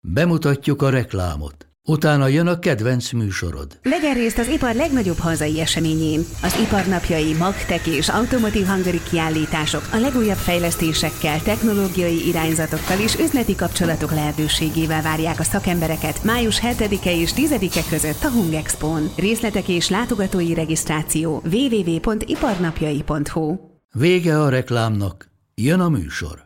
Bemutatjuk a reklámot. Utána jön a kedvenc műsorod. Vegyen részt az ipar legnagyobb hazai eseményén. Az iparnapjai, Magtech és Automotive Hungary kiállítások a legújabb fejlesztésekkel, technológiai irányzatokkal és üzleti kapcsolatok lehetőségével várják a szakembereket május 7-e és 10-e között a Hungexpón. Részletek és látogatói regisztráció www.iparnapjai.hu. Vége a reklámnak, jön a műsor.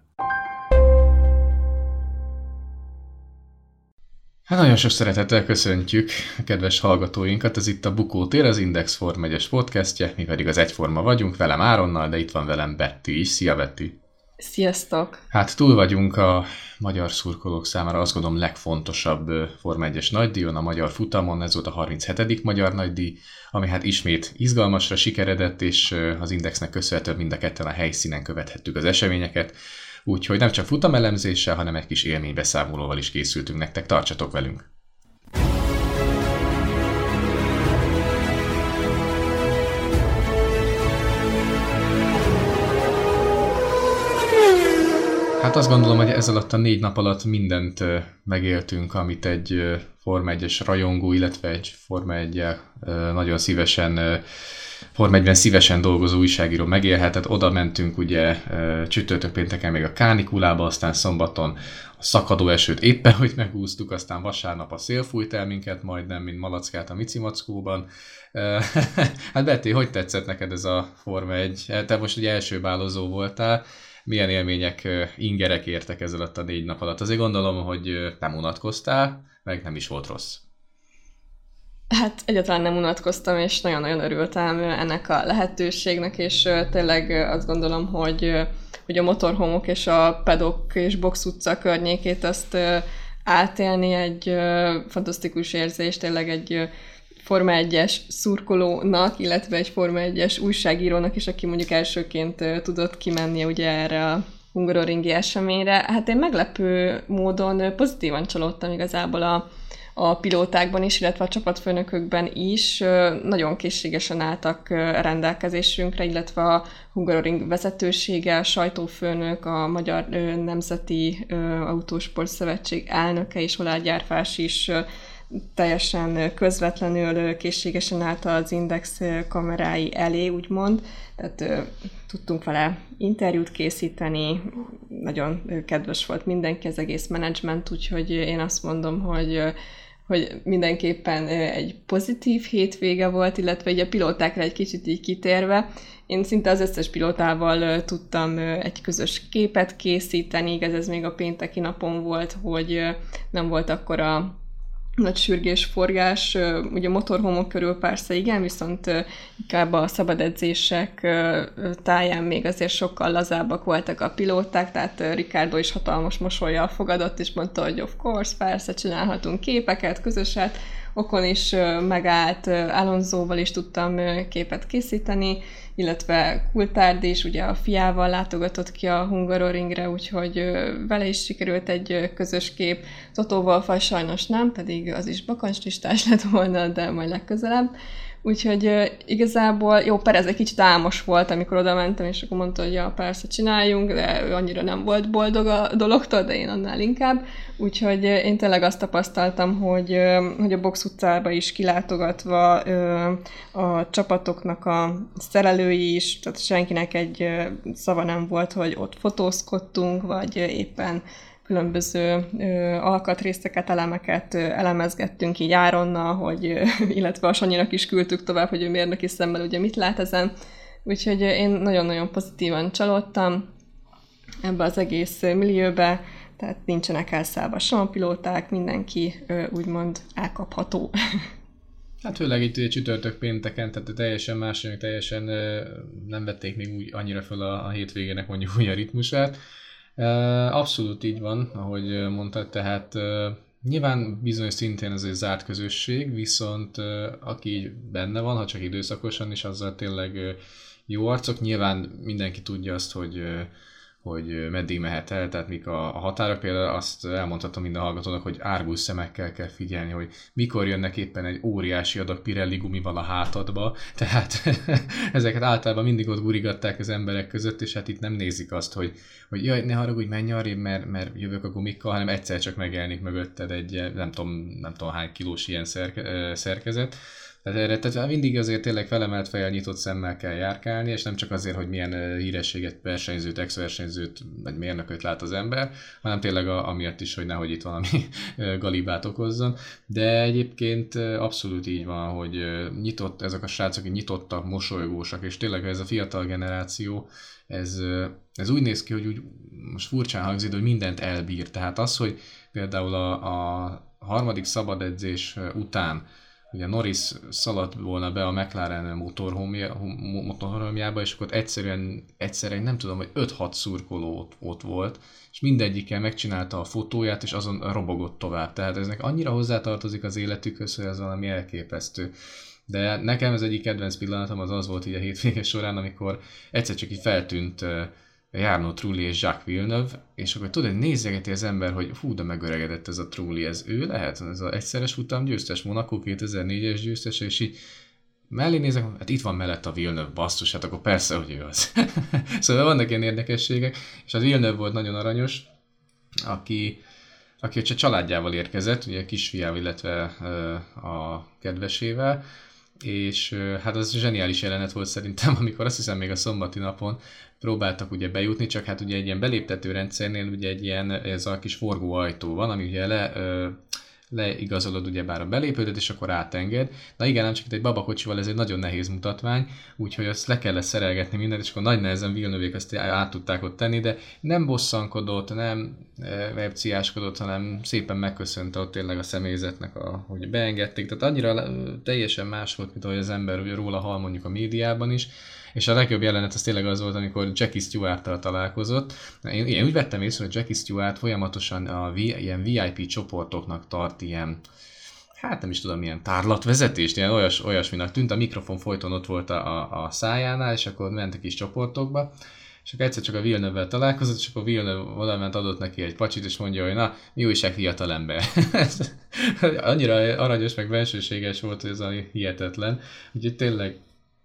Hát nagyon sok szeretettel köszöntjük a kedves hallgatóinkat, ez itt a Bukótér, az Index Form 1-es podcastje, mi pedig az Egyforma vagyunk, velem Áronnal, de itt van velem Betty is. Szia Betty! Sziasztok! Hát túl vagyunk a magyar szurkolók számára azt gondolom legfontosabb Forma 1-es nagydíjon, a magyar futamon, ez volt a 37. magyar nagydíj, ami hát ismét izgalmasra sikeredett, és az Indexnek köszönhetően mind a ketten a helyszínen követhettük az eseményeket. Úgyhogy nem csak futamelemzéssel, hanem egy kis élménybeszámolóval is készültünk nektek, tartsatok velünk! Hát azt gondolom, hogy ez alatt a 4 nap alatt mindent megéltünk, amit egy Forma 1-es rajongó, illetve egy Forma 1-jel nagyon szívesen Forma 1-ben szívesen dolgozó újságíró megélhetett. Oda mentünk ugye csütörtök pénteken még a kánikulába, aztán szombaton a szakadó esőt éppen, hogy megúsztuk, aztán vasárnap a szél fújt el minket majdnem, mint malackát a Micimackóban. Hát Betty, hogy tetszett neked ez a Forma 1? Te most ugye elsőbálozó voltál. Milyen élmények, ingerek értek ez alatt a 4 nap alatt? Azért gondolom, hogy nem unatkoztál, meg nem is volt rossz. Hát egyáltalán nem unatkoztam, és nagyon-nagyon örültem ennek a lehetőségnek, és tényleg azt gondolom, hogy a motorhomok és a pedok és box utca környékét azt átélni egy fantasztikus érzés, tényleg egy Forma 1-es szurkolónak, illetve egy Forma 1-es újságírónak is, aki mondjuk elsőként tudott kimenni ugye erre a hungaroringi eseményre. Hát én meglepő módon pozitívan csalódtam igazából a pilótákban is, illetve a csapatfőnökökben is. Nagyon készségesen álltak rendelkezésünkre, illetve a Hungaroring vezetősége, a sajtófőnök, a Magyar Nemzeti Autósport Szövetség elnöke és Oláh Gyárfás is teljesen közvetlenül készségesen állt az Index kamerái elé, úgymond. Tehát tudtunk vele interjút készíteni, nagyon kedves volt mindenki, az egész menedzsment, úgyhogy én azt mondom, hogy mindenképpen egy pozitív hétvége volt, illetve így a pilótákra egy kicsit így kitérve. Én szinte az összes pilótával tudtam egy közös képet készíteni, igaz, ez még a pénteki napon volt, hogy nem volt akkor a nagy sürgés-forgás, ugye motorhomok körül persze igen, viszont inkább a szabad edzések táján még azért sokkal lazábbak voltak a pilóták, tehát Ricciardo is hatalmas mosollyal fogadott, és mondta, hogy of course, persze csinálhatunk képeket, közöset. Ocon is megállt, Alonsóval is tudtam képet készíteni, illetve Coulthard is, ugye a fiával látogatott ki a Hungaroringre, úgyhogy vele is sikerült egy közös kép. Toto Wolffal sajnos nem, pedig az is bakancslistás lett volna, de majd legközelebb. Úgyhogy igazából, jó, Perez egy kicsit álmos volt, amikor oda mentem, és akkor mondta, hogy ja, persze csináljunk, de ő annyira nem volt boldog a dologtól, de én annál inkább. Úgyhogy én tényleg azt tapasztaltam, hogy a box utcába is kilátogatva a csapatoknak a szerelői is, tehát senkinek egy szava nem volt, hogy ott fotózkodtunk, vagy éppen különböző alkatrészeket, elemeket elemezgettünk így Áronnal, illetve a Sanyinak is küldtük tovább, hogy ő mérnöki szemmel ugye mit lát ezen. Úgyhogy én nagyon-nagyon pozitívan csalódtam ebbe az egész millióbe, tehát nincsenek elszállva sem a pilóták, mindenki úgymond elkapható. Hát főleg itt csütörtök pénteken, tehát teljesen más, teljesen nem vették még úgy annyira föl a hétvégének mondjuk úgy a ritmusát. Abszolút így van, ahogy mondtad, tehát nyilván bizonyos szintén ez egy zárt közösség, viszont aki benne van, ha csak időszakosan is, azzal tényleg jó arcok. Nyilván mindenki tudja azt, hogy meddig mehet el, tehát mik a határok. Például azt elmondhatom minden hallgatónak, hogy árgus szemekkel kell figyelni, hogy mikor jönnek éppen egy óriási adag Pirelli gumival a hátadba, tehát ezeket általában mindig ott gurigatták az emberek között, és hát itt nem nézik azt, hogy jaj, ne haragudj, menj arrébb, mert jövök a gumikkal, hanem egyszer csak megjelenik mögötted egy nem tudom hány kilós ilyen szerkezet. Tehát mindig azért tényleg felemelt fejjel, nyitott szemmel kell járkálni, és nem csak azért, hogy milyen hírességet, versenyzőt, ex-versenyzőt, vagy mérnököt lát az ember, hanem tényleg amiatt is, hogy nehogy itt valami galibát okozzon. De egyébként abszolút így van, hogy nyitott, ezek a srácok nyitottak, mosolygósak, és tényleg ez a fiatal generáció, ez úgy néz ki, hogy úgy most furcsán hangzik, hogy mindent elbír. Tehát az, hogy például a harmadik szabad edzés után ugye Norris szaladt volna be a McLaren motorhomjába, és akkor egyszerűen nem tudom, hogy 5-6 szurkoló ott volt, és mindegyikkel megcsinálta a fotóját, és azon robogott tovább. Tehát eznek annyira hozzátartozik az életükhöz, hogy ez valami elképesztő. De nekem az egyik kedvenc pillanatom az volt így a hétvége során, amikor egyszer csak így feltűnt Jarno Trulli és Jacques Villeneuve, és akkor tudod, nézegeti az ember, hogy hú, de megöregedett ez a Trulli, ez ő lehet? Ez az egyszeres futamgyőztes, Monaco 2004-es győztes, és így mellé nézek, hát itt van mellett a Villeneuve, basszus, hát akkor persze, hogy ő az. Szóval vannak ilyen érdekességek, és az Villeneuve volt nagyon aranyos, aki a családjával érkezett, ugye a kisfiával, illetve a kedvesével, és hát az zseniális jelenet volt szerintem, amikor azt hiszem még a szombati napon próbáltak ugye bejutni, csak hát ugye egy ilyen beléptető rendszernél ugye egy ilyen, ez a kis forgóajtó van, ami ugye leigazolod ugyebár a belépődet, és akkor átenged. Na igen, nem csak itt egy babakocsival, ez egy nagyon nehéz mutatvány, úgyhogy azt le kellett szerelgetni mindent, és akkor nagy nehezen Villeneuve-ék azt át tudták ott tenni, de nem bosszankodott, nem webciáskodott, hanem szépen megköszönte ott tényleg a személyzetnek, hogy beengedték. Tehát annyira teljesen más volt, mint ahogy az ember ugye róla hall mondjuk a médiában is. És a legjobb jelenet az tényleg az volt, amikor Jackie Stewart-tal találkozott. Én úgy vettem észre, hogy Jackie Stewart folyamatosan ilyen VIP csoportoknak tart ilyen, hát nem is tudom, ilyen tárlatvezetést, ilyen olyasminak tűnt, a mikrofon folyton ott volt a szájánál, és akkor mentek is csoportokba, és akkor egyszer csak a Villeneuve-vel találkozott, és akkor Villeneuve valamint adott neki egy pacsit, és mondja, hogy na, mi újság, fiatalember. Annyira aranyos, meg bensőséges volt, hogy ez a hihetetlen. Úgyhogy tényleg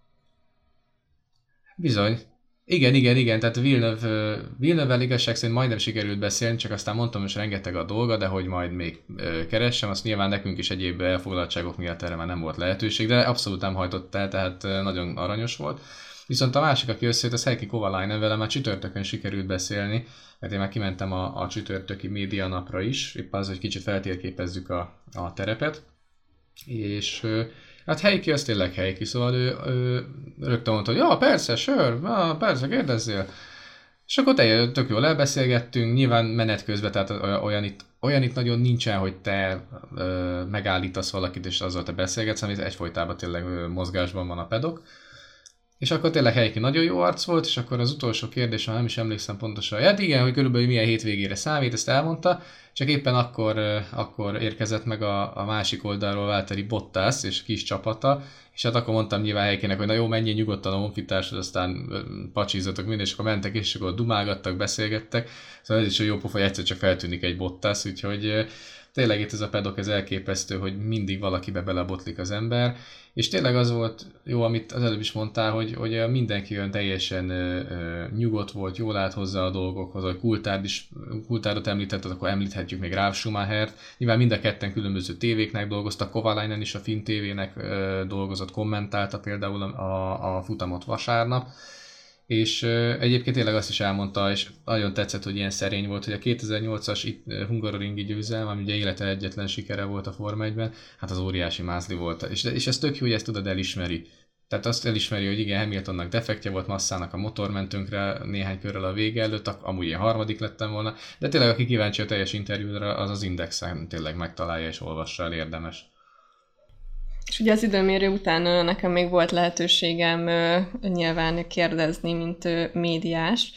bizony. Igen, tehát Villeneuve-vel igazság szerint majdnem sikerült beszélni, csak aztán mondtam, hogy rengeteg a dolga, de hogy majd még keressem, azt nyilván nekünk is egyéb elfoglaltságok miatt erre már nem volt lehetőség, de abszolút nem hajtott el, tehát nagyon aranyos volt. Viszont a másik, aki összejött, az Heikki Kovalainen, vele már csütörtökön sikerült beszélni, mert én már kimentem a csütörtöki média napra is, épp az, hogy kicsit feltérképezzük a terepet, és hát Heikki az tényleg Heikki, szóval ő rögtön mondta, hogy ja, persze, persze, kérdezzél. És akkor tök jól elbeszélgettünk, nyilván menet közben, tehát olyan itt nagyon nincsen, hogy te megállítasz valakit, és azzal te beszélgetsz, hanem egyfolytában tényleg mozgásban van a pedok. És akkor tényleg Heikki nagyon jó arc volt, és akkor az utolsó kérdés, ha nem is emlékszem pontosan, hát igen, hogy körülbelül milyen hétvégére számít, ezt elmondta, csak éppen akkor érkezett meg a másik oldalról Valtteri Bottas és kis csapata, és hát akkor mondtam nyilván Heikinek, hogy na jó, menjél nyugodtan a honfitárshoz, aztán pacsízatok minden, és akkor mentek, és akkor dumálgattak, beszélgettek, szóval ez is jó pofa, hogy egyszer csak feltűnik egy Bottas, úgyhogy tényleg itt ez a pedok, ez elképesztő, hogy mindig valakibe belebotlik az ember, és tényleg az volt jó, amit az előbb is mondtál, hogy mindenki olyan teljesen nyugodt volt, jól állt hozzá a dolgokhoz, hogy Coulthardot említetted, akkor említhetjük még Ralf Schumachert, nyilván mind a ketten különböző tévéknek dolgoztak, Kovalainen is a Finn tévének dolgozott, kommentálta például a futamot vasárnap, és egyébként tényleg azt is elmondta, és nagyon tetszett, hogy ilyen szerény volt, hogy a 2008-as hungaroringi győzelem, ami ugye élete egyetlen sikere volt a Forma 1-ben, hát az óriási mázli volt. És ez tök jó, hogy ezt tudod, elismeri. Tehát azt elismeri, hogy igen, Hamiltonnak defektje volt, Massának a motormentünkre néhány körrel a vége előtt, amúgy ilyen harmadik lettem volna, de tényleg aki kíváncsi a teljes interjúra, az az Indexen tényleg megtalálja és olvassa el, érdemes. És ugye az időmérő után nekem még volt lehetőségem nyilván kérdezni, mint médiás,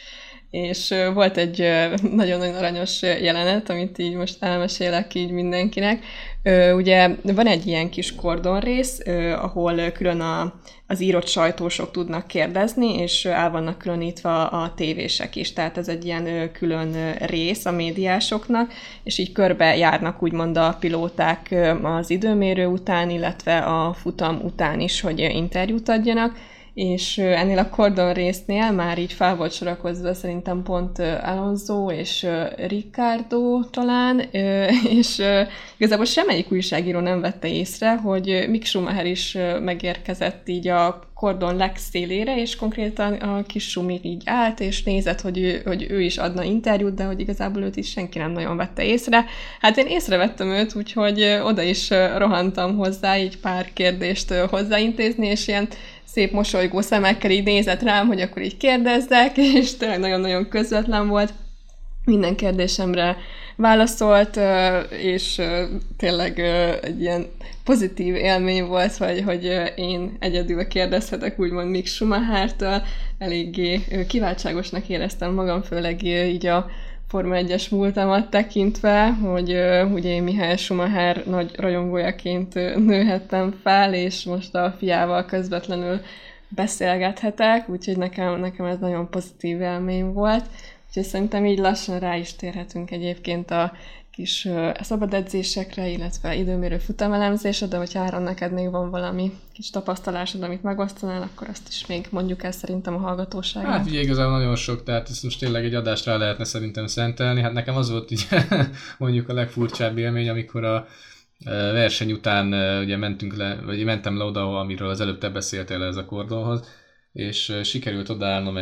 és volt egy nagyon-nagyon aranyos jelenet, amit így most elmesélek így mindenkinek. Ugye van egy ilyen kis kordonrész, ahol külön az írott sajtósok tudnak kérdezni, és el vannak különítve a tévések is, tehát ez egy ilyen külön rész a médiásoknak, és így körbe járnak úgymond a pilóták az időmérő után, illetve a futam után is, hogy interjút adjanak, és ennél a kordon résznél már így fel volt sorakozva szerintem pont Alonso és Ricciardo talán, és igazából semmelyik újságíró nem vette észre, hogy Mick Schumacher is megérkezett így a kordon legszélére, és konkrétan a kis Schumi így állt, és nézett, hogy ő is adna interjút, de hogy igazából őt is senki nem nagyon vette észre. Hát én észrevettem őt, úgyhogy oda is rohantam hozzá, így pár kérdést hozzáintézni, és ilyen szép mosolygó szemekkel így nézett rám, hogy akkor így kérdezzek, és tényleg nagyon-nagyon közvetlen volt. Minden kérdésemre válaszolt, és tényleg egy ilyen pozitív élmény volt, hogy én egyedül kérdezhetek úgymond Mick Schumachertől. Eléggé kiváltságosnak éreztem magam, főleg így a Forma 1-es múltamat tekintve, hogy ugye én Michael Schumacher nagy rajongójaként nőhettem fel, és most a fiával közvetlenül beszélgethetek, úgyhogy nekem ez nagyon pozitív élmény volt. Úgyhogy szerintem így lassan rá is térhetünk egyébként a kis szabad edzésekre, illetve időmérő futamelemzésre, de hogyha Áron, neked még van valami kis tapasztalásod, amit megosztanál, akkor azt is még mondjuk el szerintem a hallgatóságnak. Hát ugye igazából nagyon sok, tehát ezt most tényleg egy adást rá lehetne szerintem szentelni. Hát nekem az volt ugye mondjuk a legfurcsább élmény, amikor a verseny után ugye mentem le oda, amiről az előbb te beszéltél, ez a kordonhoz, és sikerült odaállnom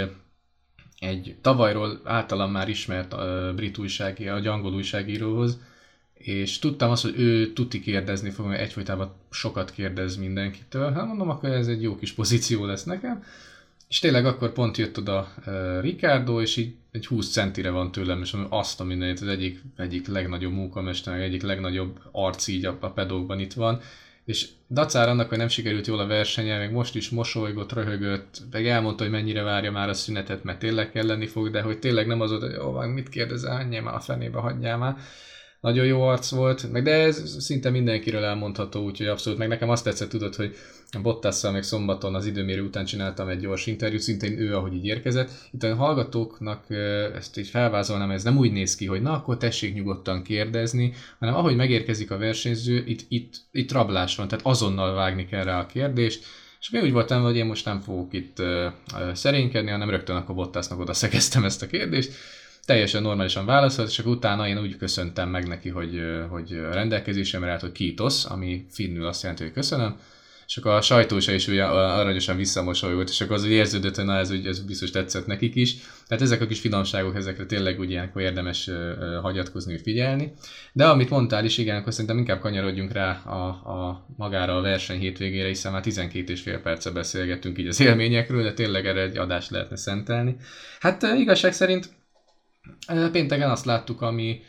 egy tavalyról általam már ismert brit újságíró, egy angol újságíróhoz, és tudtam azt, hogy ő tuti kérdezni fog, mert egyfolytában sokat kérdez mindenkitől. Hát mondom, akkor ez egy jó kis pozíció lesz nekem. És tényleg akkor pont jött oda Ricciardo, és így egy 20 centire van tőlem, és azt a mindenit, az egyik legnagyobb munkamester, egyik legnagyobb arc így a pedokban itt van. És dacára annak, hogy nem sikerült jól a versenye, meg most is mosolygott, röhögött, meg elmondta, hogy mennyire várja már a szünetet, mert tényleg kelleni fog, de hogy tényleg nem az volt, hogy jó, mit kérdezel, hagyjál már a fenébe, hagyjál már. Nagyon jó arc volt, de ez szinte mindenkiről elmondható, úgyhogy abszolút, meg nekem azt tetszett, tudod, hogy Bottasszal meg szombaton az időmérő után csináltam egy gyors interjút, szintén ő, ahogy így érkezett. Itt a hallgatóknak ezt így felvázolnám, ez nem úgy néz ki, hogy na, akkor tessék nyugodtan kérdezni, hanem ahogy megérkezik a versenyző, itt rablás van, tehát azonnal vágni kell rá a kérdést, és mi úgy voltam, hogy én most nem fogok itt szerénykedni, hanem rögtön akkor Bottasnak oda szegeztem ezt a kérdést. Teljesen normálisan válaszolt, és akkor utána én úgy köszöntem meg neki, hogy rendelkezésemre állt, hogy kítosz, ami finnül azt jelenti, hogy köszönöm, és akkor a sajtósa is ugye aranyosan visszamosolygott, és akkor az úgy érződött, hogy na ez biztos tetszett nekik is. Tehát ezek a kis finomságok, ezekre tényleg úgy ilyenkor érdemes hagyatkozni, figyelni. De amit mondtál is, igen, akkor szerintem inkább kanyarodjunk rá magára a verseny hétvégére, hiszen már 12,5 perce beszélgettünk így az élményekről, de tényleg erre egy adást lehetne szentelni. Hát igazság szerint pénteken azt láttuk,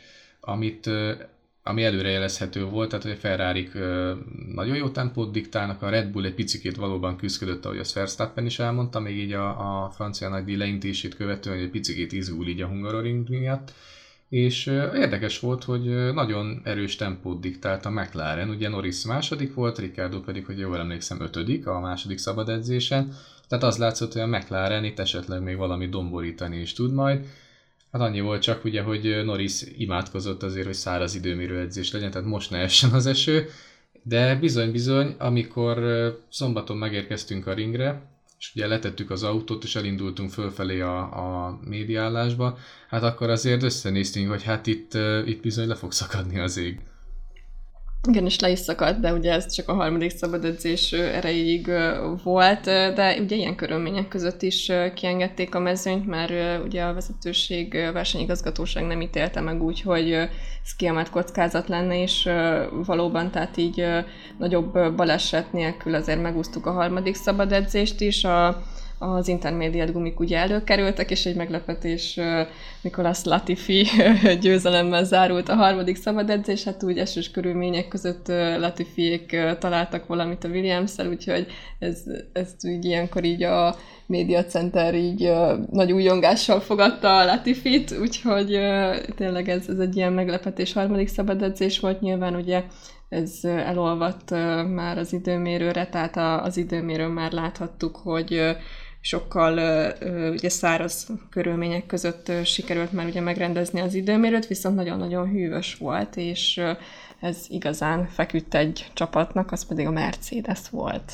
ami előrejelezhető volt, tehát hogy a Ferrarik nagyon jó tempót diktálnak, a Red Bull egy picikét valóban küzdött, ahogy azt Verstappen is elmondta, még így a francia nagydíj leintését követően, hogy egy picikét izgul így a Hungaroring miatt, és érdekes volt, hogy nagyon erős tempót diktált a McLaren, ugye Norris második volt, Ricciardo pedig, hogy jól emlékszem, 5. a második szabad edzésen, tehát az látszott, hogy a McLaren itt esetleg még valami domborítani is tud majd. Hát annyi volt csak ugye, hogy Norris imádkozott azért, hogy száraz időmérő edzés legyen, tehát most ne essen az eső, de bizony, amikor szombaton megérkeztünk a ringre, és ugye letettük az autót, és elindultunk fölfelé a médiállásba, hát akkor azért összenéztünk, hogy hát itt bizony le fog szakadni az ég. Igen, és le is szakadt, de ugye ez csak a harmadik szabad edzés erejéig volt, de ugye ilyen körülmények között is kiengedték a mezőnyt, mert ugye a vezetőség, versenyigazgatóság nem ítélte meg úgy, hogy ez kiemelt kockázat lenne, és valóban, tehát így nagyobb baleset nélkül azért megúsztuk a harmadik szabad edzést is, az intermediate gumik ugye előkerültek, és egy meglepetés Nicolas Latifi győzelemmel zárult a harmadik szabad edzés, hát úgy esős körülmények között Latifiék találtak valamit a Williams-szel, úgyhogy ez így ilyenkor így a Media Center így nagy újongással fogadta a Latifit, úgyhogy tényleg ez egy ilyen meglepetés. Harmadik szabad edzés volt, nyilván ugye ez elolvadt már az időmérőre, tehát az időmérőn már láthattuk, hogy sokkal ugye száraz körülmények között sikerült már ugye megrendezni az időmérőt, viszont nagyon-nagyon hűvös volt, és ez igazán feküdt egy csapatnak, az pedig a Mercedes volt.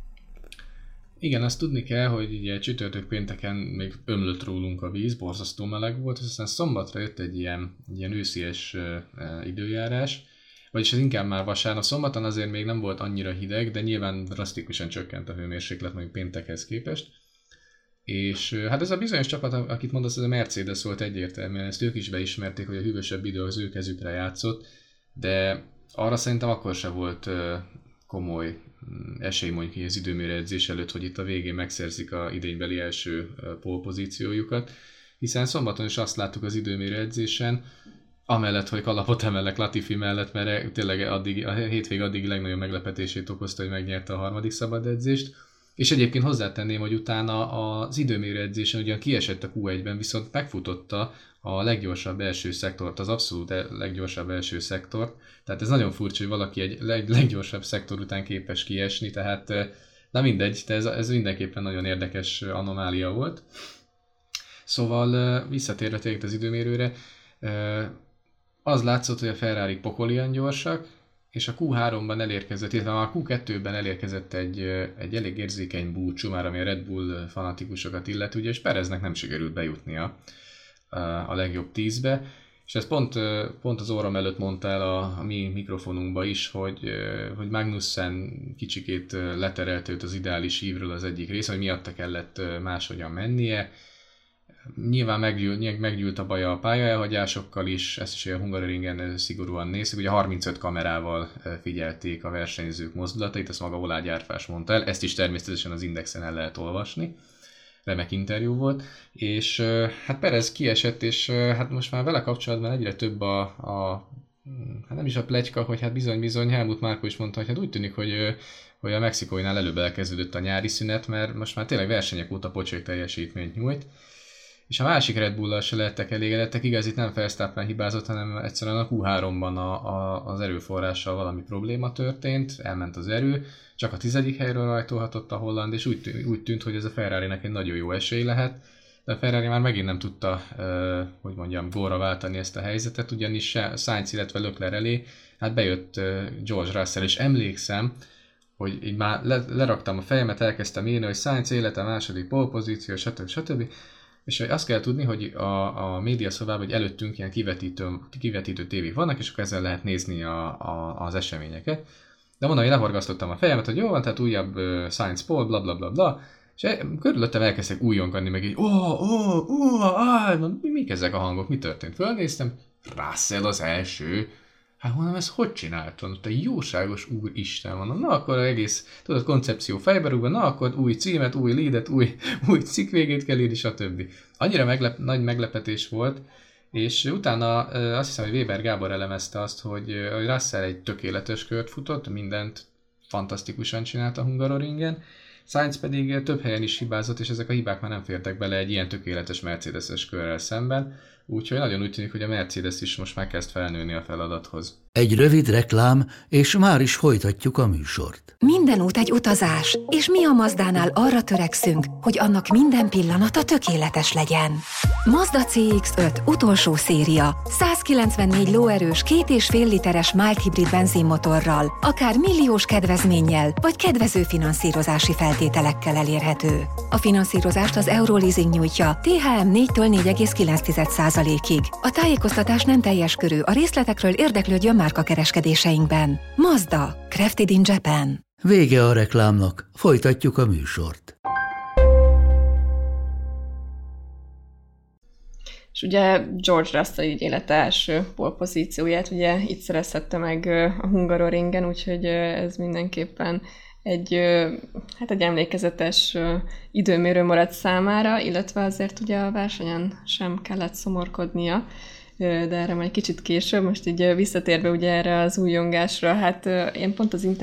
Igen, azt tudni kell, hogy ugye csütörtök pénteken még ömlött rólunk a víz, borzasztó meleg volt, és aztán szombatra jött egy ilyen őszies időjárás, vagyis ez inkább már vasárnap. Szombaton azért még nem volt annyira hideg, de nyilván drasztikusan csökkent a hőmérséklet mondjuk péntekhez képest. És hát ez a bizonyos csapat, akit mondasz, ez a Mercedes volt egyértelműen, ezt ők is beismerték, hogy a hűvösebb idő az ő kezükre játszott, de arra szerintem akkor se volt komoly esély mondjuk az időmérő edzés előtt, hogy itt a végén megszerzik a idénybeli első pole-pozíciójukat, hiszen szombaton is azt láttuk az időmérő edzésen, amellett, hogy kalapot emelek Latifi mellett, mert tényleg a hétvég addig legnagyobb meglepetését okozta, hogy megnyerte a harmadik szabad edzést. És egyébként hozzátenném, hogy utána az időmérő edzésen ugyan kiesett a Q1-ben, viszont megfutotta a leggyorsabb első szektort, az abszolút leggyorsabb első szektort. Tehát ez nagyon furcsa, hogy valaki egy leggyorsabb szektor után képes kiesni, tehát na mindegy, de ez mindenképpen nagyon érdekes anomália volt. Szóval visszatérve tényleg az időmérőre, az látszott, hogy a Ferrari pokolian gyorsak, és a Q3-ban elérkezett, illetve a Q2-ben elérkezett egy elég érzékeny búcsú, már ami a Red Bull fanatikusokat illet, ugye, és Pereznek nem sikerült bejutnia a legjobb 10-be, és ezt pont az óram előtt mondta el a mi mikrofonunkba is, hogy Magnussen kicsikét leterelte őt az ideális ívről az egyik rész, hogy miatta kellett máshogyan mennie. Nyilván meggyűlt a baj a pályaelhagyásokkal is, ezt is a Hungaroringen szigorúan néztük, ugye 35 kamerával figyelték a versenyzők mozdulatait, ezt maga Oláh Gyárfás mondta el, ezt is természetesen az Indexen el lehet olvasni, remek interjú volt, és hát Perez kiesett, és hát most már vele kapcsolatban egyre több hát nem is a pletyka, hogy hát bizony Helmut Márko is mondta, hogy hát úgy tűnik, hogy a mexikóinál előbb elkezdődött a nyári szünet, mert most már tényleg versenyek óta pocsék teljesítményt nyújt. És a másik Red Bull-al se lehettek elégedettek, igaz, itt nem Verstappen hibázott, hanem egyszerűen a Q3-ban az erőforrással valami probléma történt, elment az erő, csak a 10. helyről rajtolhatott a holland, és úgy tűnt, hogy ez a Ferrari-nek egy nagyon jó esély lehet, de a Ferrari már megint nem tudta, gólra váltani ezt a helyzetet, ugyanis Sainz, illetve Leclerc elé, hát bejött George Russell, és emlékszem, hogy így már leraktam a fejemet, elkezdtem írni, hogy Sainz élete, második pole pozíció, stb. És azt kell tudni, hogy a média szobában, hogy előttünk ilyen kivetítő tévék vannak, és akkor ezzel lehet nézni az eseményeket. De mondom, hogy lehorgasztottam a fejemet, hogy jó van, tehát újabb Sainz pole, bla bla bla bla, és körülöttem elkezdtek újongani, meg így mik ezek a hangok, mi történt? Fölnéztem, Russell az első. Hát mondom, ezt hogy csináltam? Te jóságos úristen, mondom, na akkor egész, tudod, koncepció fejberúgva, na akkor új címet, új leadet, új cikk végét kell írni, stb. Annyira nagy meglepetés volt, és utána azt hiszem, hogy Weber Gábor elemezte azt, hogy Russell egy tökéletes kört futott, mindent fantasztikusan csinált a Hungaroringen, Sainz pedig több helyen is hibázott, és ezek a hibák már nem fértek bele egy ilyen tökéletes Mercedes-es körrel szemben, úgyhogy nagyon úgy tűnik, hogy a Mercedes is most megkezd felnőni a feladathoz. Egy rövid reklám, és már is folytatjuk a műsort. Minden út egy utazás, és mi a Mazdánál arra törekszünk, hogy annak minden pillanata tökéletes legyen. Mazda CX-5 utolsó széria, 194 lóerős, 2,5 literes mild hibrid benzinmotorral, akár milliós kedvezménnyel, vagy kedvező finanszírozási feltételekkel elérhető. A finanszírozást az Euroleasing nyújtja, THM 4-től 4,9%-ig. A tájékoztatás nem teljes körű, a részletekről érdeklődjön márkakereskedéseinkben. Mazda, crafted in Japan. Vége a reklámnak, folytatjuk a műsort. És ugye George Russell így élete első pole pozícióját, ugye itt szerezhette meg a Hungaroringen, úgyhogy ez mindenképpen egy emlékezetes időmérő maradt számára, illetve azért ugye a versenyen sem kellett szomorkodnia. de erre majd kicsit később, most így visszatérve ugye erre az újongásra, hát én pont az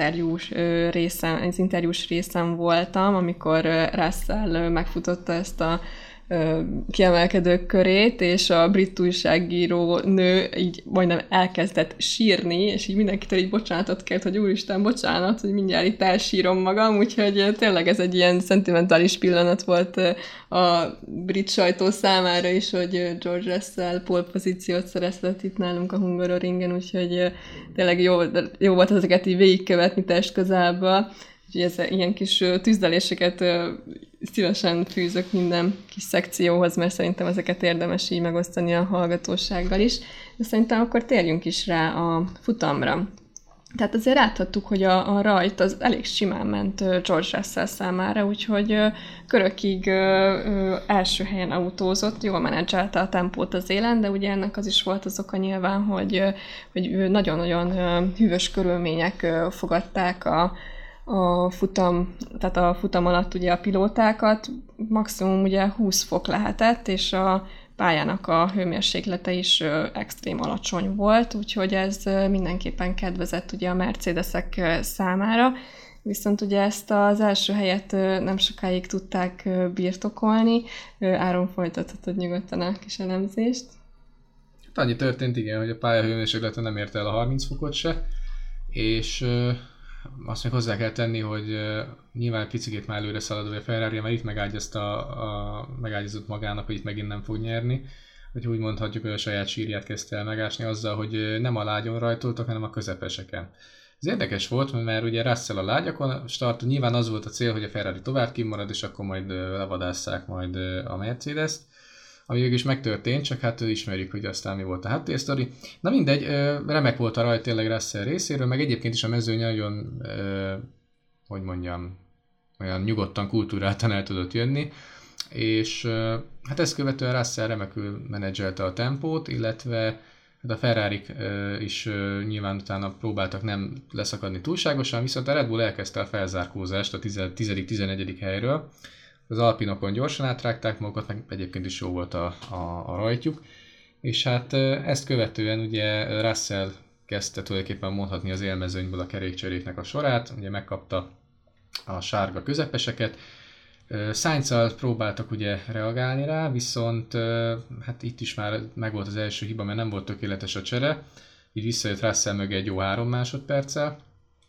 interjús részem voltam, amikor Russell megfutotta ezt a kiemelkedők körét, és a brit újságíró nő így majdnem elkezdett sírni, és így mindenkitől így bocsánatot kért, hogy úristen, bocsánat, hogy mindjárt itt elsírom magam, úgyhogy tényleg ez egy ilyen szentimentális pillanat volt a brit sajtó számára is, hogy George Russell pole pozíciót szerezett itt nálunk a Hungaroringen, úgyhogy tényleg jó volt ezeket így végigkövetni testközelből. Úgyhogy ilyen kis tűzdeléseket szívesen fűzök minden kis szekcióhoz, mert szerintem ezeket érdemes így megosztani a hallgatósággal is. De szerintem akkor térjünk is rá a futamra. Tehát azért láthattuk, hogy a rajt az elég simán ment George Russell számára, úgyhogy körökig első helyen autózott, jól menedzselte a tempót az élen, de ugye ennek az is volt az oka nyilván, hogy nagyon-nagyon hűvös körülmények fogadták a futam alatt ugye a pilótákat, maximum ugye 20 fok lehetett, és a pályának a hőmérséklete is extrém alacsony volt, úgyhogy ez mindenképpen kedvezett ugye a Mercedesek számára, viszont ugye ezt az első helyet nem sokáig tudták birtokolni. Áron, folytathatod nyugodtan a kis elemzést. Hát annyi történt, igen, hogy a pálya hőmérséklete nem érte el a 30 fokot se, és azt még hozzá kell tenni, hogy nyilván egy picit már előre szaladó a Ferrari, mert itt megágyazott magának, hogy itt megint nem fog nyerni. Hogy úgy mondhatjuk, hogy a saját sírját kezdte el megásni azzal, hogy nem a lágyon rajtoltak, hanem a közepeseken. Ez érdekes volt, mert ugye Russell a lágyakon start, nyilván az volt a cél, hogy a Ferrari tovább kimarad, és akkor majd levadásszák majd a Mercedes-t, ami végül is megtörtént, csak hát ismerjük, hogy aztán mi volt a háttérsztori. Na mindegy, remek volt a rajt tényleg Russell részéről, meg egyébként is a mezőny nagyon, hogy mondjam, olyan nyugodtan, kultúráltan el tudott jönni, és hát ezt követően Russell remekül menedzselte a tempót, illetve hát a Ferrarik is nyilván utána próbáltak nem leszakadni túlságosan, viszont a Red Bull elkezdte a felzárkózást a 10.-11. helyről. Az alpinokon gyorsan átrágták magukat, meg egyébként is jó volt a rajtjuk. És hát ezt követően ugye Russell kezdte tulajdonképpen mondhatni az élmezőnyből a kerékcseréknek a sorát, ugye megkapta a sárga közepeseket. Sainzzal próbáltak ugye reagálni rá, viszont hát itt is már megvolt az első hiba, mert nem volt tökéletes a csere, így visszajött Russell mögé egy jó 3 másodperccel,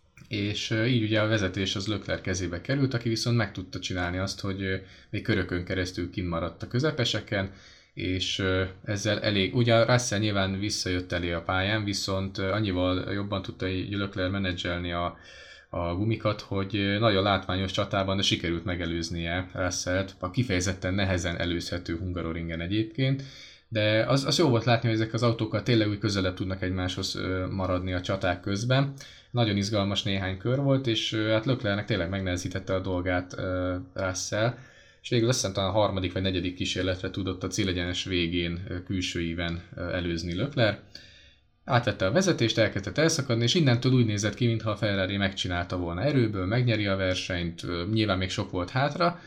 és így ugye a vezetés az Leclerc kezébe került, aki viszont meg tudta csinálni azt, hogy még körökön keresztül kint maradt a közepeseken, és ezzel elég, ugye Russell nyilván visszajött elé a pályán, viszont annyival jobban tudta Leclerc menedzselni a gumikat, hogy nagyon látványos csatában, de sikerült megelőznie Russellt, a kifejezetten nehezen előzhető Hungaroringen egyébként, de az jó volt látni, hogy ezek az autókkal tényleg úgy közelebb tudnak egymáshoz maradni a csaták közben. Nagyon izgalmas néhány kör volt, és hát Leclercnek tényleg megnehezítette a dolgát Russell, és végül azt hiszem talán a 3. vagy 4. kísérletre tudott a célegyenes végén külső íven előzni Leclerc. Átvette a vezetést, elkezdett elszakadni, és innentől úgy nézett ki, mintha a Ferrari megcsinálta volna erőből, megnyeri a versenyt, nyilván még sok volt hátra,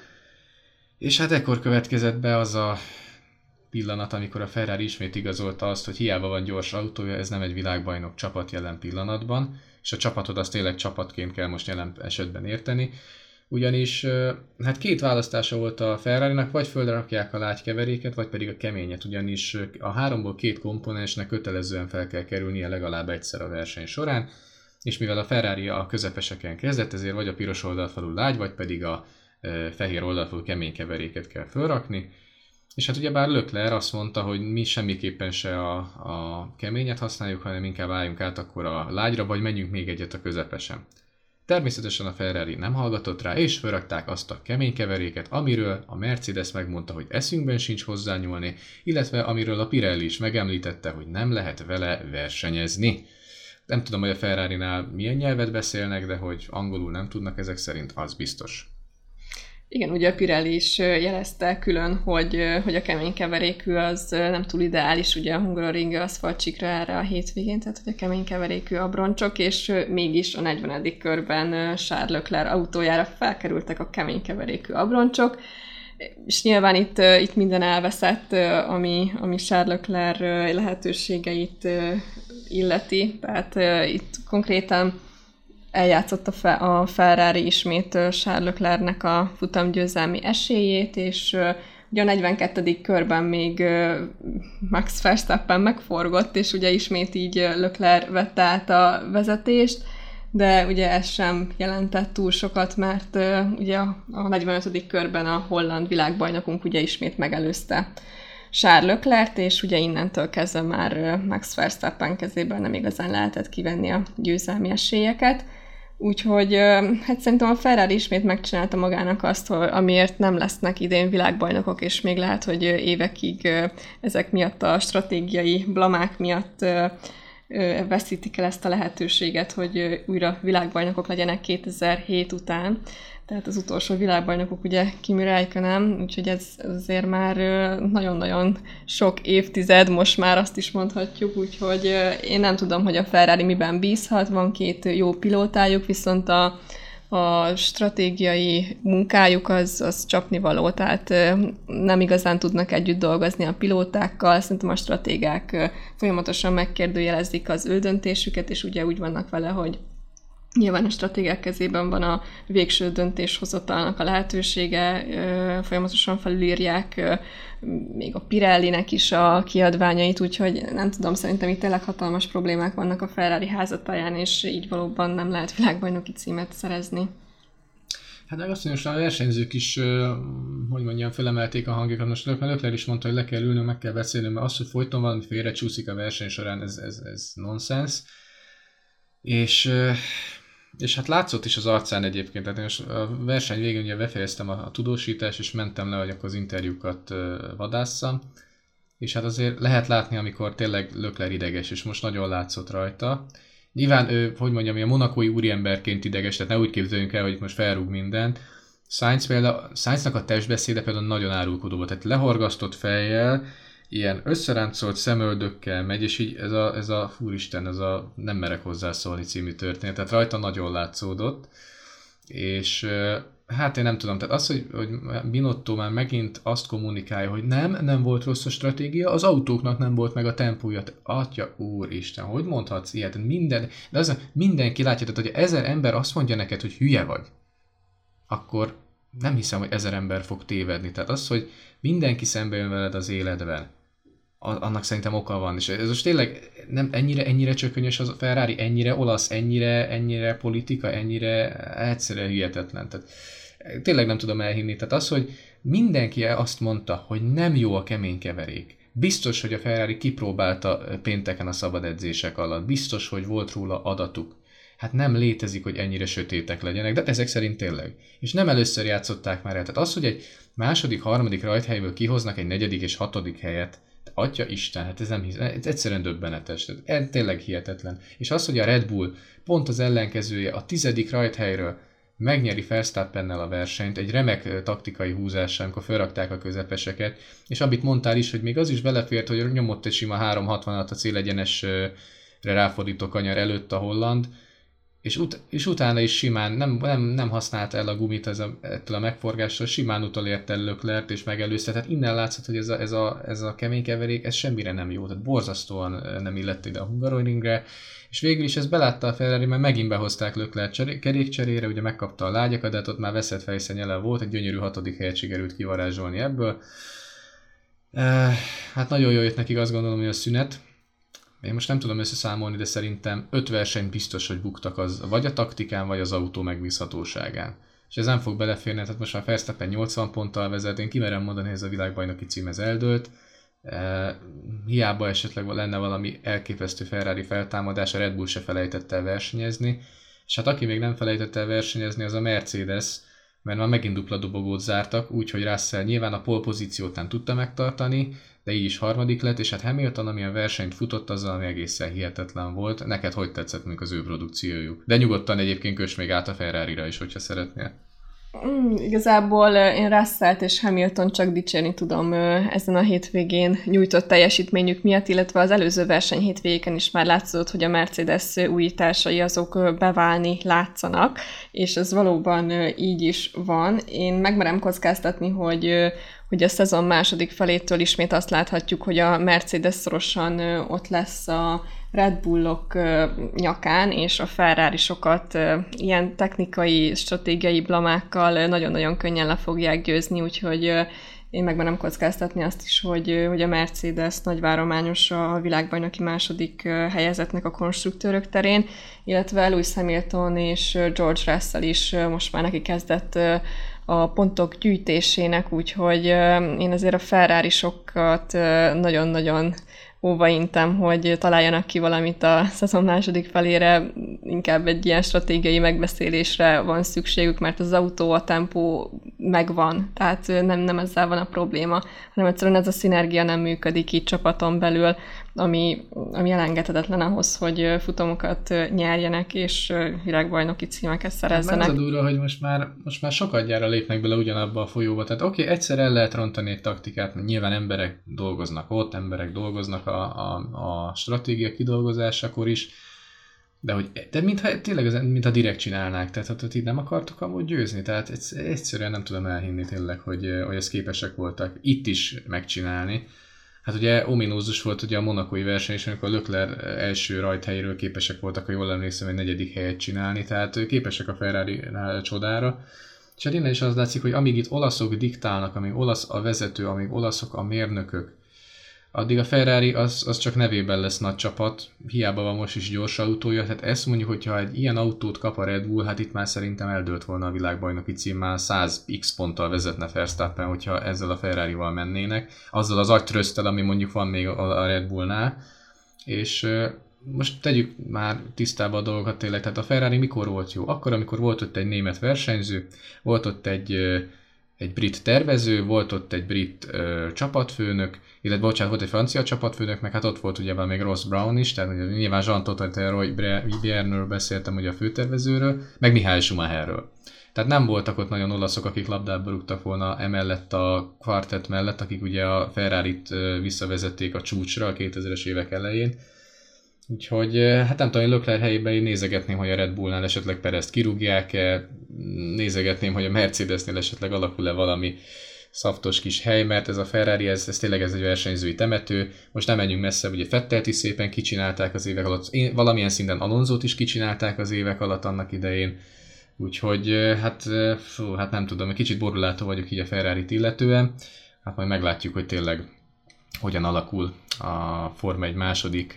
és hát ekkor következett be az a pillanat, amikor a Ferrari ismét igazolta azt, hogy hiába van gyors autója, ez nem egy világbajnok csapat jelen pillanatban, és a csapatod azt tényleg csapatként kell most jelen esetben érteni, ugyanis hát 2 választása volt a Ferrarinak, vagy földre rakják a lágykeveréket, vagy pedig a keményet, ugyanis a 3-ból 2 komponensnek kötelezően fel kell kerülnie legalább egyszer a verseny során, és mivel a Ferrari a közepeseken kezdett, ezért vagy a piros oldalfalú lágy, vagy pedig a fehér oldalfalú kemény keveréket kell fölrakni, és hát ugyebár Leclerc azt mondta, hogy mi semmiképpen se a keményet használjuk, hanem inkább álljunk át akkor a lágyra, vagy menjünk még egyet a közepesen. Természetesen a Ferrari nem hallgatott rá, és felrakták azt a kemény keveréket, amiről a Mercedes megmondta, hogy eszünkben sincs hozzányúlni, illetve amiről a Pirelli is megemlítette, hogy nem lehet vele versenyezni. Nem tudom, hogy a Ferrarinál milyen nyelvet beszélnek, de hogy angolul nem tudnak ezek szerint, az biztos. Igen, ugye a Pirelli is jelezte külön, hogy a kemény keverékű az nem túl ideális, ugye a Hungaroring aszfaltcsíkra erre a hétvégén, tehát hogy a kemény keverékű abroncsok, és mégis a 40. körben Charles Leclerc autójára felkerültek a kemény keverékű abroncsok, És nyilván itt minden elveszett, ami Charles Leclerc lehetőségeit illeti. Tehát itt konkrétan eljátszott a Ferrari ismét Charles Leclercnek a futamgyőzelmi esélyét, és ugye a 42. körben még Max Verstappen megforgott, és ugye ismét így Leclerc vette át a vezetést, de ugye ez sem jelentett túl sokat, mert ugye a 45. körben a holland világbajnokunk ugye ismét megelőzte Charles Leclerc, és ugye innentől kezdve már Max Verstappen kezéből nem igazán lehetett kivenni a győzelmi esélyeket. Úgyhogy hát szerintem a Ferrari ismét megcsinálta magának azt, amiért nem lesznek idén világbajnokok, és még lehet, hogy évekig ezek miatt a stratégiai blamák miatt veszítik el ezt a lehetőséget, hogy újra világbajnokok legyenek 2007 után. Tehát az utolsó világbajnokok ugye Kimi Räikkönen, úgyhogy ez azért már nagyon-nagyon sok évtized, most már azt is mondhatjuk, úgyhogy én nem tudom, hogy a Ferrari miben bízhat, van 2 jó pilótájuk, viszont a stratégiai munkájuk az csapnivaló, tehát nem igazán tudnak együtt dolgozni a pilótákkal, szerintem a stratégák folyamatosan megkérdőjelezik az ő döntésüket, és ugye úgy vannak vele, hogy nyilván a stratégák kezében van a végső döntéshozatalnak a lehetősége, folyamatosan felülírják még a Pirellinek is a kiadványait, úgyhogy nem tudom, szerintem itt tényleg hatalmas problémák vannak a Ferrari házatáján, és így valóban nem lehet világbajnoki címet szerezni. Hát meg azt mondja, hogy a versenyzők is, hogy mondjam, felemelték a hangjukat. Most Leclerc is mondta, hogy le kell ülnünk, meg kell beszélnünk, mert az, hogy folyton valami félrecsúszik a verseny során, ez nonsens. És hát látszott is az arcán egyébként, tehát most a verseny végén ugye befejeztem a tudósítást, és mentem le, hogy akkor az interjúkat vadásszam, és hát azért lehet látni, amikor tényleg Leclerc ideges, és most nagyon látszott rajta. Nyilván ő, hogy mondjam, a monakói úriemberként ideges, tehát ne úgy képzeljünk el, hogy itt most felrúg mindent. Sainznak a testbeszéde például nagyon árulkodó volt, tehát lehorgasztott fejjel, ilyen összeráncolt szemöldökkel megy, és így ez a úristen, ez a Nem merek hozzászólni című történet, tehát rajta nagyon látszódott, és hát én nem tudom, tehát az, hogy Binotto már megint azt kommunikálja, hogy nem volt rossz a stratégia, az autóknak nem volt meg a tempója, atya úristen, hogy mondhatsz ilyet, de az mindenki látja, tehát hogy 1000 ember azt mondja neked, hogy hülye vagy, akkor nem hiszem, hogy 1000 ember fog tévedni, tehát az, hogy mindenki szembe jön veled az életben, annak szerintem oka van, és ez most tényleg nem ennyire csökönyös az a Ferrari, ennyire olasz, ennyire politika, ennyire egyszerűen hihetetlen. Tehát tényleg nem tudom elhinni. Tehát az, hogy mindenki azt mondta, hogy nem jó a kemény keverék. Biztos, hogy a Ferrari kipróbálta pénteken a szabad edzések alatt. Biztos, hogy volt róla adatuk. Hát nem létezik, hogy ennyire sötétek legyenek, de ezek szerint tényleg. És nem először játszották már el. Tehát az, hogy egy második, harmadik rajthelyből kihoznak egy 4. és 6. helyet, atya Isten, hát ez nem hiszem, ez egyszerűen döbbenetes, ez tényleg hihetetlen. És az, hogy a Red Bull pont az ellenkezője a 10. rajthelyről megnyeri Verstappennel a versenyt, egy remek taktikai húzással, amikor felrakták a közepeseket, és amit mondtál is, hogy még az is belefért, hogy nyomott egy sima 360-at a célegyenesre ráfordító kanyar előtt a holland, és utána is simán nem használta el a gumit ettől a megforgással, simán utolért el Leclerc és megelőzte. Tehát innen látszott, hogy ez a kemény keverék, ez semmire nem jó. Tehát borzasztóan nem illett ide a Hungaroringre. És végül is ezt belátta a Ferrari, mert megint behozták Leclerc kerékcserére, ugye megkapta a lágyakat, de hát ott már veszett fejszennyele volt, egy gyönyörű 6. helyet sikerült kivarázsolni ebből. Hát nagyon jól jött nekik, azt gondolom, hogy a szünet. Én most nem tudom összeszámolni, de szerintem 5 versenyt biztos, hogy buktak az vagy a taktikán, vagy az autó megbízhatóságán. És ez nem fog beleférni, tehát most már Verstappen 80 ponttal vezet, én kimerem mondani, hogy ez a világbajnoki cím ez eldőlt. Hiába esetleg lenne valami elképesztő Ferrari feltámadás, a Red Bull se felejtett el versenyezni. És hát aki még nem felejtett el versenyezni, az a Mercedes, mert már megint dupla dobogót zártak, úgyhogy Russell nyilván a pole pozíciót nem tudta megtartani, de így is 3. lett, és hát Hamilton, amilyen versenyt futott, azzal ami egészen hihetetlen volt. Neked hogy tetszett még az ő produkciójuk? De nyugodtan egyébként kös még át a Ferrarira is, hogyha szeretnél. Igazából én Russellt és Hamilton csak dicsérni tudom ezen a hétvégén nyújtott teljesítményük miatt, illetve az előző verseny hétvégéken is már látszott, hogy a Mercedes újításai azok beválni látszanak, és ez valóban így is van. Én megmerem kockáztatni, hogy a szezon második felétől ismét azt láthatjuk, hogy a Mercedes szorosan ott lesz a Red Bullok nyakán, és a Ferrari-sokat ilyen technikai, stratégiai blamákkal nagyon-nagyon könnyen le fogják győzni, úgyhogy én megmerem kockáztatni azt is, hogy a Mercedes nagyvárományos a világbajnoki második helyezettnek a konstruktőrök terén, illetve Lewis Hamilton és George Russell is most már neki kezdett a pontok gyűjtésének, úgyhogy én azért a Ferrari-sokat nagyon-nagyon óvaintem, hogy találjanak ki valamit a szezon második felére, inkább egy ilyen stratégiai megbeszélésre van szükségük, mert az autó, a tempó megvan, tehát nem ezzel van a probléma, hanem egyszerűen ez a szinergia nem működik így csapaton belül, ami elengedhetetlen ahhoz, hogy futamokat nyerjenek, és világbajnoki címeket szerezzenek. Hát az a durva, hogy most már sokadjára lépnek bele ugyanabba a folyóba. Tehát oké, egyszer el lehet rontani egy taktikát, mert nyilván emberek dolgoznak ott, emberek dolgoznak a stratégia kidolgozásakor is, de mintha direkt csinálnák, tehát hogy így nem akartok amúgy győzni, tehát egyszerűen nem tudom elhinni tényleg, hogy ezt képesek voltak itt is megcsinálni. Hát ugye ominózus volt ugye a monakói verseny is, amikor a Leclerc első rajthelyéről képesek voltak, ha jól emlékszem, egy 4. helyet csinálni, tehát képesek a Ferrari-nál csodára. És hát innen is az látszik, hogy amíg itt olaszok diktálnak, amíg olasz a vezető, amíg olaszok a mérnökök, addig a Ferrari az csak nevében lesz nagy csapat, hiába van most is gyors autója, tehát ezt mondjuk, hogyha egy ilyen autót kap a Red Bull, hát itt már szerintem eldőlt volna a világbajnoki cím, már 100x ponttal vezetne Verstappen, hogyha ezzel a Ferrarival mennének, azzal az agytrözttel, ami mondjuk van még a Red Bullnál, és most tegyük már tisztába a dolgokat tényleg, tehát a Ferrari mikor volt jó? Akkor, amikor volt ott egy német versenyző, volt ott egy brit tervező, volt ott egy brit csapatfőnök, illetve volt egy francia csapatfőnök, meg hát ott volt ugye még Ross Brown is, tehát ugye, nyilván Jean-Todt Roy Biernről beszéltem ugye a főtervezőről, meg Michael Schumacherről. Tehát nem voltak ott nagyon olaszok, akik labdába rúgtak volna emellett a kvartett mellett, akik ugye a Ferrarit visszavezették a csúcsra a 2000-es évek elején. Úgyhogy hát nem tudom, hogy Leclerc helyében én nézegetném, hogy a Red Bullnál esetleg Perezt kirúgják-e, nézegetném, hogy a Mercedesnél esetleg alakul-e valami szaftos kis hely, mert ez a Ferrari, ez tényleg egy versenyzői temető. Most nem menjünk messze, ugye Vettelt is szépen kicsinálták az évek alatt, valamilyen szinten Alonsót is kicsinálták az évek alatt annak idején. Úgyhogy hát nem tudom, egy kicsit borulátó vagyok így a Ferrarit illetően. Hát majd meglátjuk, hogy tényleg hogyan alakul a Forma 1 második,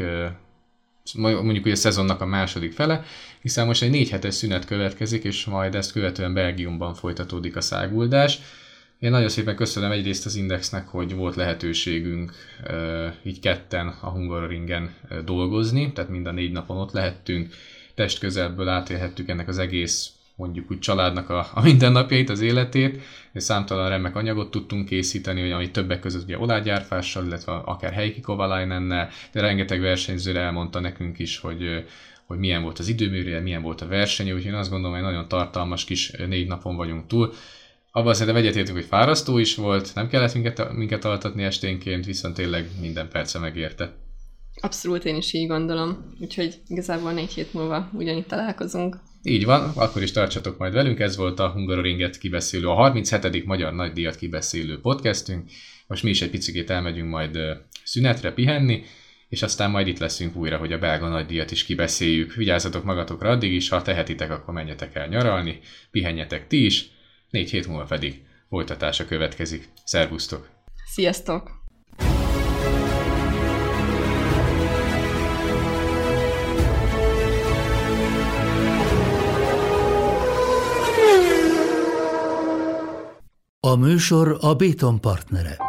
mondjuk hogy a szezonnak a második fele, hiszen most egy 4 hetes szünet következik, és majd ezt követően Belgiumban folytatódik a száguldás. Én nagyon szépen köszönöm egyrészt az Indexnek, hogy volt lehetőségünk így ketten a Hungaroringen dolgozni, tehát mind a 4 napon ott lehettünk, testközelből átélhettük ennek az egész, mondjuk úgy családnak a mindennapjait, az életét, és számtalan remek anyagot tudtunk készíteni, ami többek között ugye Oláh Gyárfással, illetve akár Heikki Kovalainennel, de rengeteg versenyzőre elmondta nekünk is, hogy milyen volt az időmérője, milyen volt a verseny, úgyhogy én azt gondolom, hogy nagyon tartalmas kis 4 napon vagyunk túl. Abban szerintem egyetértünk, hogy fárasztó is volt, nem kellett minket altatni esténként, viszont tényleg minden perce megérte. Abszolút, én is így gondolom. Úgyhogy igazából 4 hét múlva ugyanitt találkozunk. Így van, akkor is tartsatok majd velünk, ez volt a Hungaroringet kibeszélő, a 37. Magyar Nagydíjat kibeszélő podcastünk. Most mi is egy picikét elmegyünk majd szünetre pihenni, és aztán majd itt leszünk újra, hogy a belga nagydíjat is kibeszéljük. Vigyázzatok magatokra addig is, ha tehetitek, akkor menjetek el nyaralni, pihenjetek ti is, 4 hét múlva pedig folytatása következik. Szervusztok! Sziasztok! A műsor a Béton partnere.